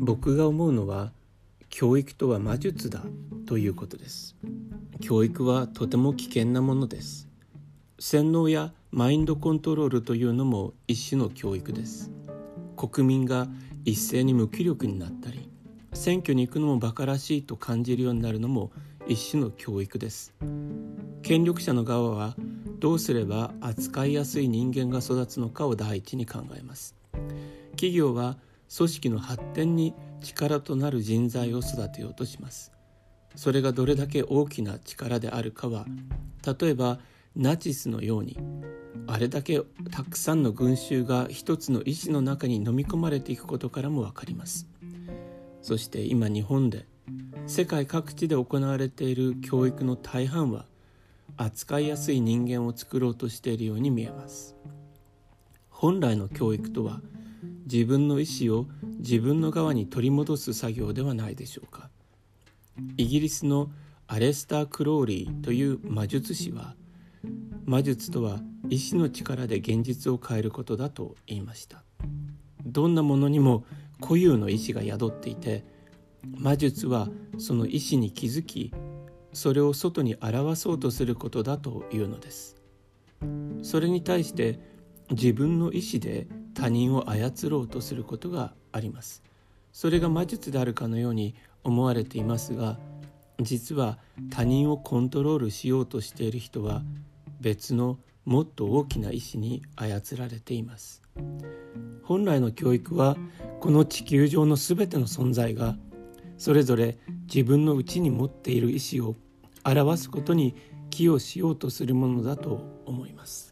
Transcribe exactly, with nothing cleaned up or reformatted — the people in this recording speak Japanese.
僕が思うのは、教育とは魔術だということです。教育はとても危険なものです。洗脳やマインドコントロールというのも一種の教育です。国民が一斉に無気力になったり、選挙に行くのも馬鹿らしいと感じるようになるのも一種の教育です。権力者の側はどうすれば扱いやすい人間が育つのかを第一に考えます。企業は組織の発展に力となる人材を育てようとします。それがどれだけ大きな力であるかは、例えばナチスのようにあれだけたくさんの群衆が一つの意志の中に飲み込まれていくことからもわかります。そして今日本で世界各地で行われている教育の大半は、扱いやすい人間を作ろうとしているように見えます。本来の教育とは、自分の意思を自分の側に取り戻す作業ではないでしょうか。イギリスのアレスター・クローリーという魔術師は、魔術とは意志の力で現実を変えることだと言いました。どんなものにも固有の意志が宿っていて、魔術はその意志に気づき、それを外に表そうとすることだというのです。それに対して自分の意志で他人を操ろうとすることがあります。それが魔術であるかのように思われていますが、実は他人をコントロールしようとしている人は別のもっと大きな意志に操られています。本来の教育は、この地球上のすべての存在がそれぞれ自分の内に持っている意志を表すことに寄与しようとするものだと思います。